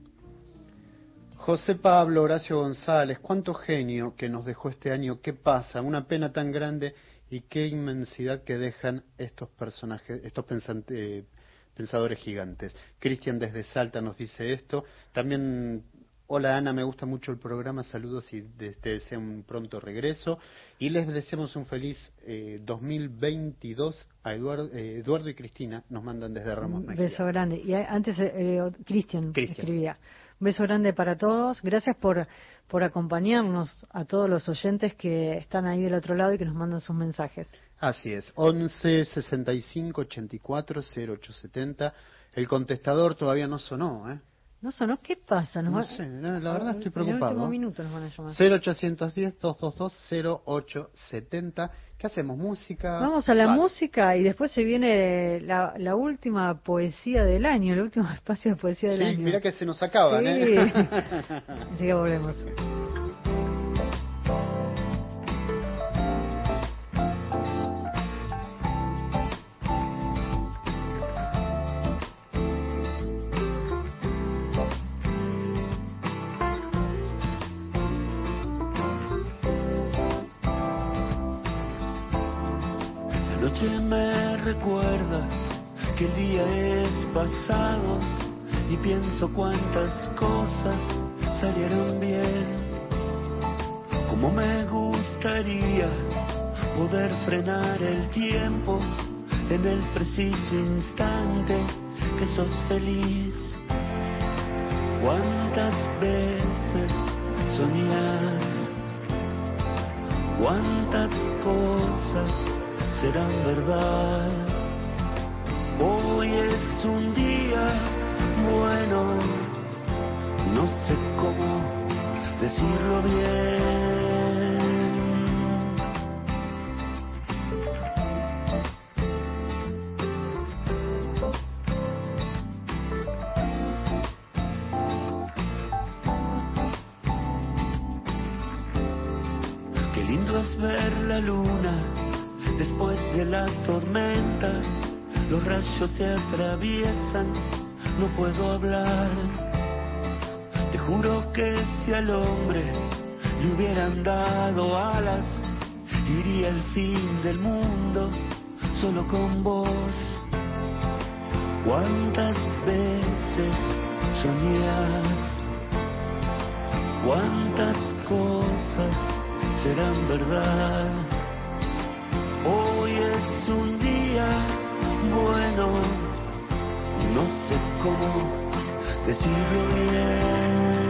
José Pablo Horacio González, cuánto genio que nos dejó este año, qué pasa, una pena tan grande y qué inmensidad que dejan estos personajes, estos pensadores gigantes. Cristian desde Salta nos dice esto, también... Hola Ana, me gusta mucho el programa, saludos y te deseo un pronto regreso. Y les deseamos un feliz 2022 a Eduardo y Cristina, nos mandan desde Ramos Mejías. Beso grande. Y antes Cristian escribía, un beso grande para todos, gracias por acompañarnos a todos los oyentes que están ahí del otro lado y que nos mandan sus mensajes. Así es, 11 65 84 0870, el contestador todavía no sonó, ¿eh? No sonó, ¿qué pasa? No sé, la verdad estoy preocupado. En el último minuto nos van a llamar. 0810-222-0870. ¿Qué hacemos? ¿Música? Vamos a la música y después se viene la última poesía del año, el último espacio de poesía del año. Sí, mira que se nos acaban, sí. Así que volvemos. noche me recuerda que el día es pasado y pienso cuántas cosas salieron bien. Como me gustaría poder frenar el tiempo en el preciso instante que sos feliz. Cuántas veces soñás, cuántas cosas serán verdad. Hoy es un día bueno, no sé cómo decirlo bien. Qué lindo es ver la luna después de la tormenta. Los rayos se atraviesan, no puedo hablar. Te juro que si al hombre le hubieran dado alas, iría el fin del mundo solo con vos. ¿Cuántas veces soñás? ¿Cuántas cosas serán verdad? Hoy es un día bueno, no sé cómo decirlo bien.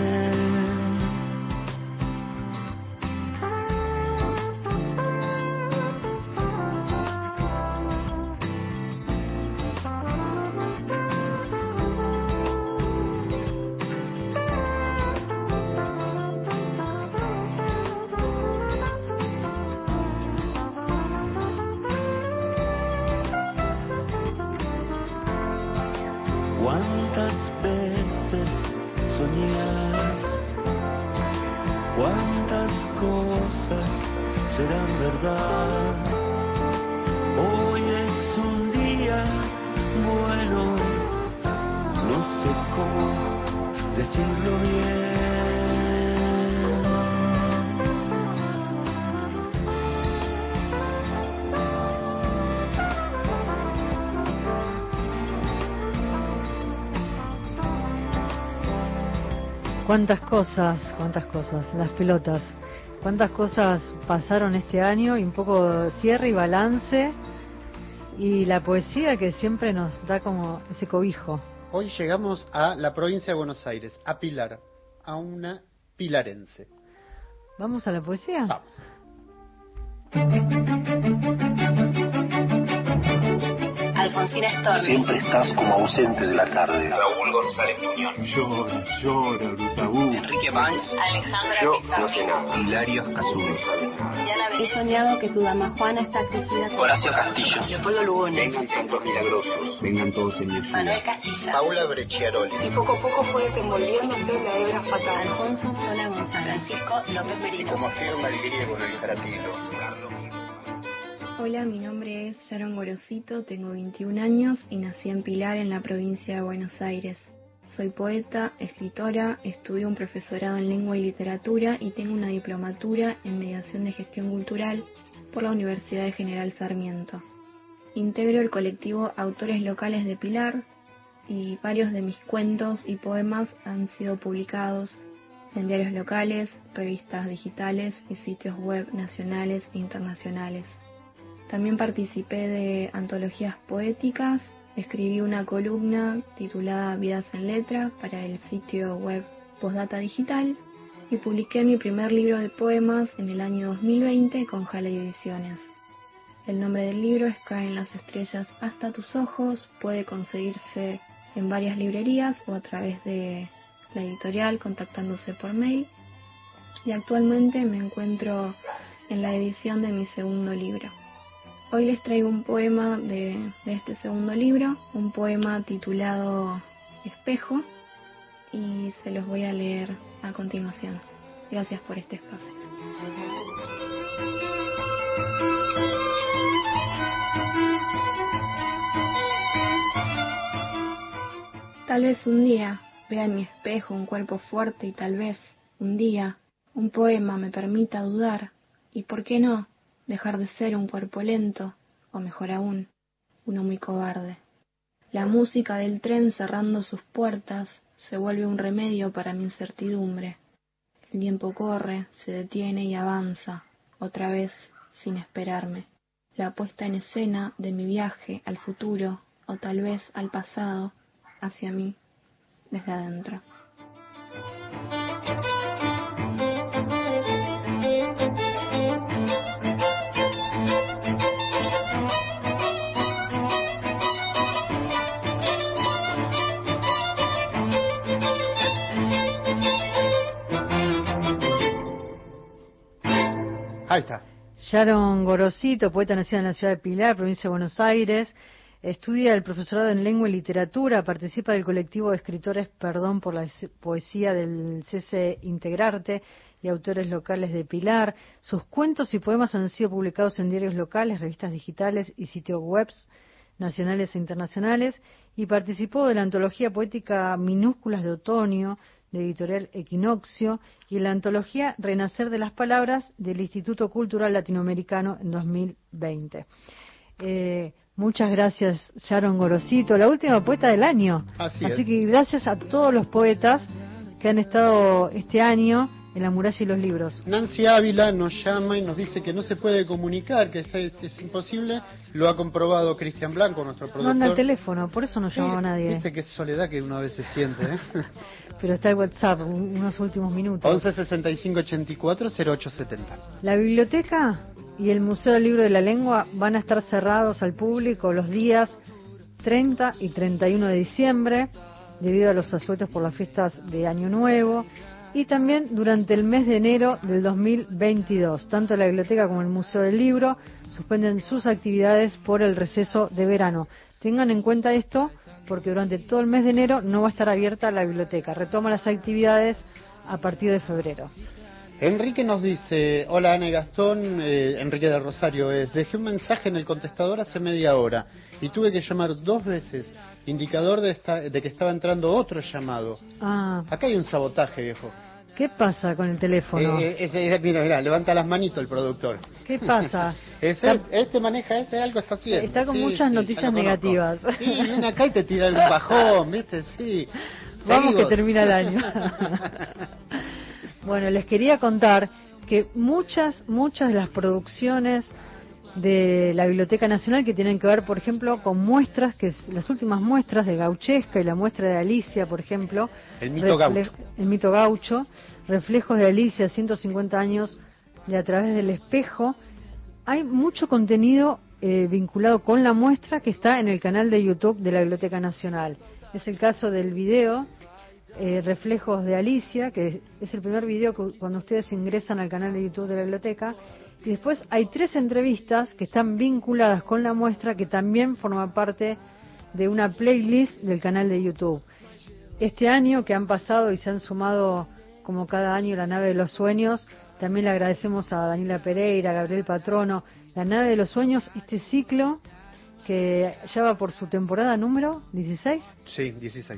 ¿Cuántas veces soñás? ¿Cuántas cosas serán verdad? Hoy es un día bueno, no sé cómo decirlo bien. Cuántas cosas, las pelotas, cuántas cosas pasaron este año y un poco cierre y balance y la poesía que siempre nos da como ese cobijo. Hoy llegamos a la provincia de Buenos Aires, a Pilar, a una pilarense. ¿Vamos a la poesía? Vamos. Alfonsina Storni. Siempre estás como ausente de la tarde. Raúl González Muñoz. Llora, Brutabú. Enrique Banks. Alexandra Pizarro. No sé nada. Hilario Azul. He soñado que tu dama Juana está crecida. Horacio Castillo. Leopoldo Lugones. Vengan santos milagrosos. Vengan todos en el Manuel Castilla. Paula Brecciaroli. Y poco a poco fue desenvolviéndose la hebra fatal. Alfonso Sola González. Francisco López Merino. Como afirma el griego en el Caratilo. Hola, mi nombre es Sharon Gorosito, tengo 21 años y nací en Pilar, en la provincia de Buenos Aires. Soy poeta, escritora, estudio un profesorado en lengua y literatura y tengo una diplomatura en mediación de gestión cultural por la Universidad de General Sarmiento. Integro el colectivo Autores Locales de Pilar y varios de mis cuentos y poemas han sido publicados en diarios locales, revistas digitales y sitios web nacionales e internacionales. También participé de antologías poéticas, escribí una columna titulada Vidas en Letra para el sitio web Postdata Digital y publiqué mi primer libro de poemas en el año 2020 con Jaley Ediciones. El nombre del libro es Caen las estrellas hasta tus ojos, puede conseguirse en varias librerías o a través de la editorial contactándose por mail y actualmente me encuentro en la edición de mi segundo libro. Hoy les traigo un poema de este segundo libro, un poema titulado Espejo, y se los voy a leer a continuación. Gracias por este espacio. Tal vez un día vea en mi espejo un cuerpo fuerte y tal vez un día un poema me permita dudar y, ¿por qué no?, dejar de ser un cuerpo lento, o mejor aún, uno muy cobarde. La música del tren cerrando sus puertas se vuelve un remedio para mi incertidumbre. El tiempo corre, se detiene y avanza, otra vez sin esperarme. La puesta en escena de mi viaje al futuro, o tal vez al pasado, hacia mí, desde adentro. Ahí está. Sharon Gorosito, poeta nacida en la ciudad de Pilar, provincia de Buenos Aires, estudia el profesorado en lengua y literatura, participa del colectivo de escritores Perdón por la poesía del CC Integrarte y autores locales de Pilar. Sus cuentos y poemas han sido publicados en diarios locales, revistas digitales y sitios webs nacionales e internacionales, y participó de la antología poética Minúsculas de Otoño, de editorial Equinoccio, y en la antología Renacer de las Palabras del Instituto Cultural Latinoamericano en 2020. Muchas gracias, Sharon Gorosito, la última poeta del año. Así que gracias a todos los poetas que han estado este año en La Muralla y los Libros. Nancy Ávila nos llama y nos dice que no se puede comunicar, que es imposible. Lo ha comprobado Cristian Blanco, nuestro productor. No anda el teléfono, por eso no llamaba a nadie. Viste qué soledad que uno a veces siente, ¿eh? Pero está el WhatsApp, unos últimos minutos. 11 65 84 0870. La biblioteca y el Museo del Libro de la Lengua van a estar cerrados al público los días 30 y 31 de diciembre, debido a los asuetos por las fiestas de Año Nuevo, y también durante el mes de enero del 2022. Tanto la biblioteca como el Museo del Libro suspenden sus actividades por el receso de verano. Tengan en cuenta esto, porque durante todo el mes de enero no va a estar abierta la biblioteca. Retoma las actividades a partir de febrero. Enrique nos dice: hola Ana y Gastón, Enrique de Rosario dejé un mensaje en el contestador hace media hora y tuve que llamar 2 veces, indicador de que estaba entrando otro llamado. Acá hay un sabotaje, viejo. ¿Qué pasa con el teléfono? Mira, levanta las manitos el productor. ¿Qué pasa? Este maneja, algo está haciendo. Está con muchas noticias negativas. Sí, viene acá y te tira un bajón, ¿viste? Sí. Vamos que termina el año. Bueno, les quería contar que muchas de las producciones de la Biblioteca Nacional que tienen que ver, por ejemplo, con muestras, las últimas muestras de Gauchesca y la muestra de Alicia, por ejemplo. El mito gaucho, reflejos de Alicia, 150 años de A través del espejo. Hay mucho contenido vinculado con la muestra que está en el canal de YouTube de la Biblioteca Nacional. Es el caso del video Reflejos de Alicia, que es el primer video que cuando ustedes ingresan al canal de YouTube de la biblioteca. Y después hay 3 entrevistas que están vinculadas con la muestra, que también forman parte de una playlist del canal de YouTube. Este año que han pasado y se han sumado, como cada año, La Nave de los Sueños, también le agradecemos a Daniela Pereira, a Gabriel Patrono. La Nave de los Sueños, este ciclo que ya va por su temporada número 16. Sí, 16.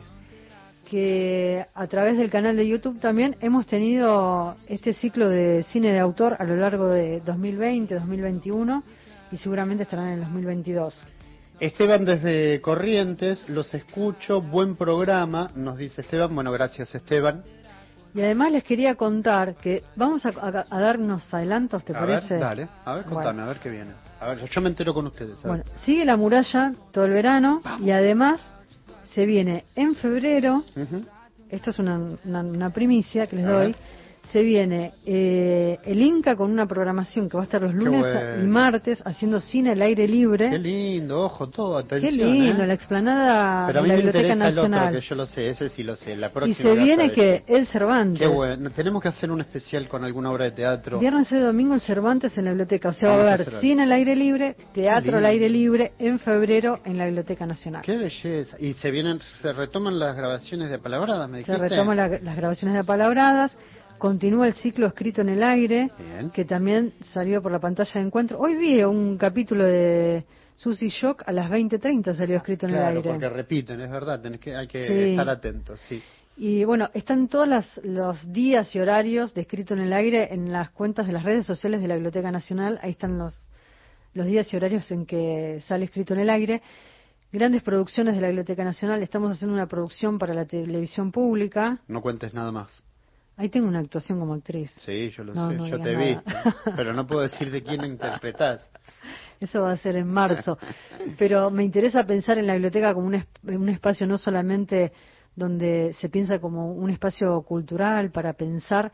Que a través del canal de YouTube también hemos tenido este ciclo de cine de autor a lo largo de 2020, 2021 y seguramente estarán en el 2022. Esteban desde Corrientes, los escucho, buen programa, nos dice Esteban. Bueno, gracias Esteban. Y además les quería contar que vamos a darnos adelantos, ¿te parece? Dale, a ver, contame, a ver qué viene. A ver, yo me entero con ustedes. Bueno, sigue La Muralla todo el verano. Vamos. Y además se viene en febrero, esto es una primicia que les doy, se viene el Inca con una programación que va a estar los lunes y martes haciendo cine al aire libre. Qué lindo, ojo, todo, atención. Qué lindo, la explanada de la Biblioteca Nacional. El otro, que yo lo sé, ese sí lo sé. La próxima y se viene que el Cervantes. Qué bueno, tenemos que hacer un especial con alguna obra de teatro. Viernes y domingo el Cervantes en la biblioteca, o sea, va a haber cine al aire libre, teatro al aire libre en febrero en la Biblioteca Nacional. Qué belleza. Y se retoman las grabaciones de apalabradas, me dijiste. Se retoman las grabaciones de apalabradas. Continúa el ciclo Escrito en el Aire, que también salió por la pantalla de Encuentro. Hoy vi un capítulo de Susy Shock a las 20:30 salió Escrito en el Aire. Claro, porque repiten, es verdad, hay que estar atentos, sí. Y bueno, están todos los días y horarios de Escrito en el Aire en las cuentas de las redes sociales de la Biblioteca Nacional. Ahí están los días y horarios en que sale escrito en el aire. Grandes producciones de la Biblioteca Nacional. Estamos haciendo una producción para la televisión pública. No cuentes nada más. Ahí tengo una actuación como actriz. Sí, yo lo No, sé, no yo digas te he nada. visto, pero no puedo decir de quién interpretás. Eso va a ser en marzo. Pero me interesa pensar en la biblioteca como un espacio no solamente donde se piensa como un espacio cultural para pensar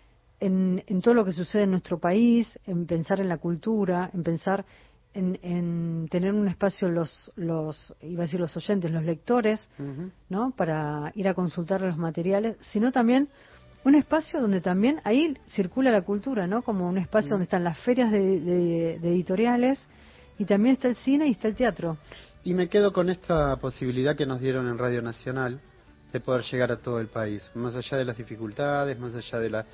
en todo lo que sucede en nuestro país, en pensar en la cultura, en pensar en tener un espacio iba a decir los oyentes, los lectores, ¿no? Para ir a consultar los materiales, sino también un espacio donde también ahí circula la cultura, ¿no? Como un espacio donde están las ferias de editoriales y también está el cine y está el teatro. Y me quedo con esta posibilidad que nos dieron en Radio Nacional de poder llegar a todo el país, más allá de las dificultades, más allá de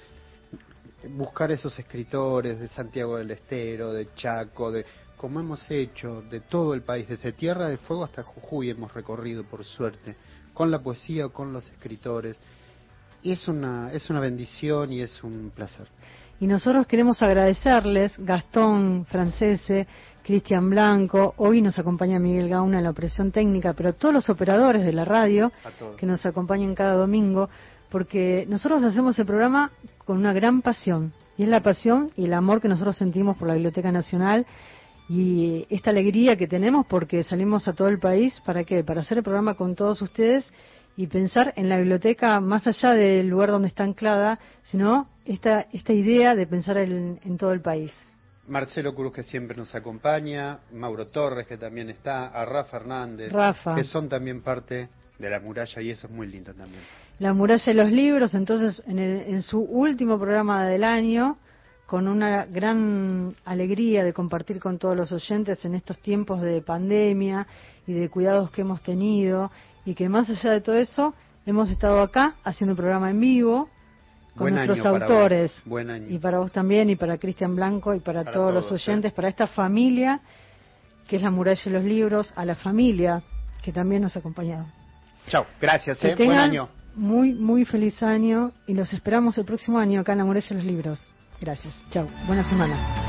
buscar esos escritores de Santiago del Estero, de Chaco, como hemos hecho, de todo el país, desde Tierra de Fuego hasta Jujuy hemos recorrido, por suerte, con la poesía o con los escritores. Y es una bendición y es un placer. Y nosotros queremos agradecerles, Gastón Francese, Cristian Blanco, hoy nos acompaña Miguel Gauna en la operación técnica, pero todos los operadores de la radio que nos acompañan cada domingo, porque nosotros hacemos el programa con una gran pasión, y es la pasión y el amor que nosotros sentimos por la Biblioteca Nacional y esta alegría que tenemos porque salimos a todo el país, ¿para qué? Para hacer el programa con todos ustedes y pensar en la biblioteca más allá del lugar donde está anclada, sino esta idea de pensar en todo el país. Marcelo Cruz, que siempre nos acompaña, Mauro Torres, que también está, a Rafa Hernández, que son también parte de La Muralla, y eso es muy lindo también. La Muralla y los libros, entonces, en su último programa del año, con una gran alegría de compartir con todos los oyentes en estos tiempos de pandemia y de cuidados que hemos tenido, y que más allá de todo eso, hemos estado acá haciendo un programa en vivo con nuestros autores. Buen año. Y para vos también, y para Cristian Blanco, y para todos los oyentes, para esta familia que es La Muralla y los libros, a la familia que también nos ha acompañado. Chao, gracias, que buen año. Muy, muy feliz año, y los esperamos el próximo año acá en La Muralla y los libros. Gracias, chao, buena semana.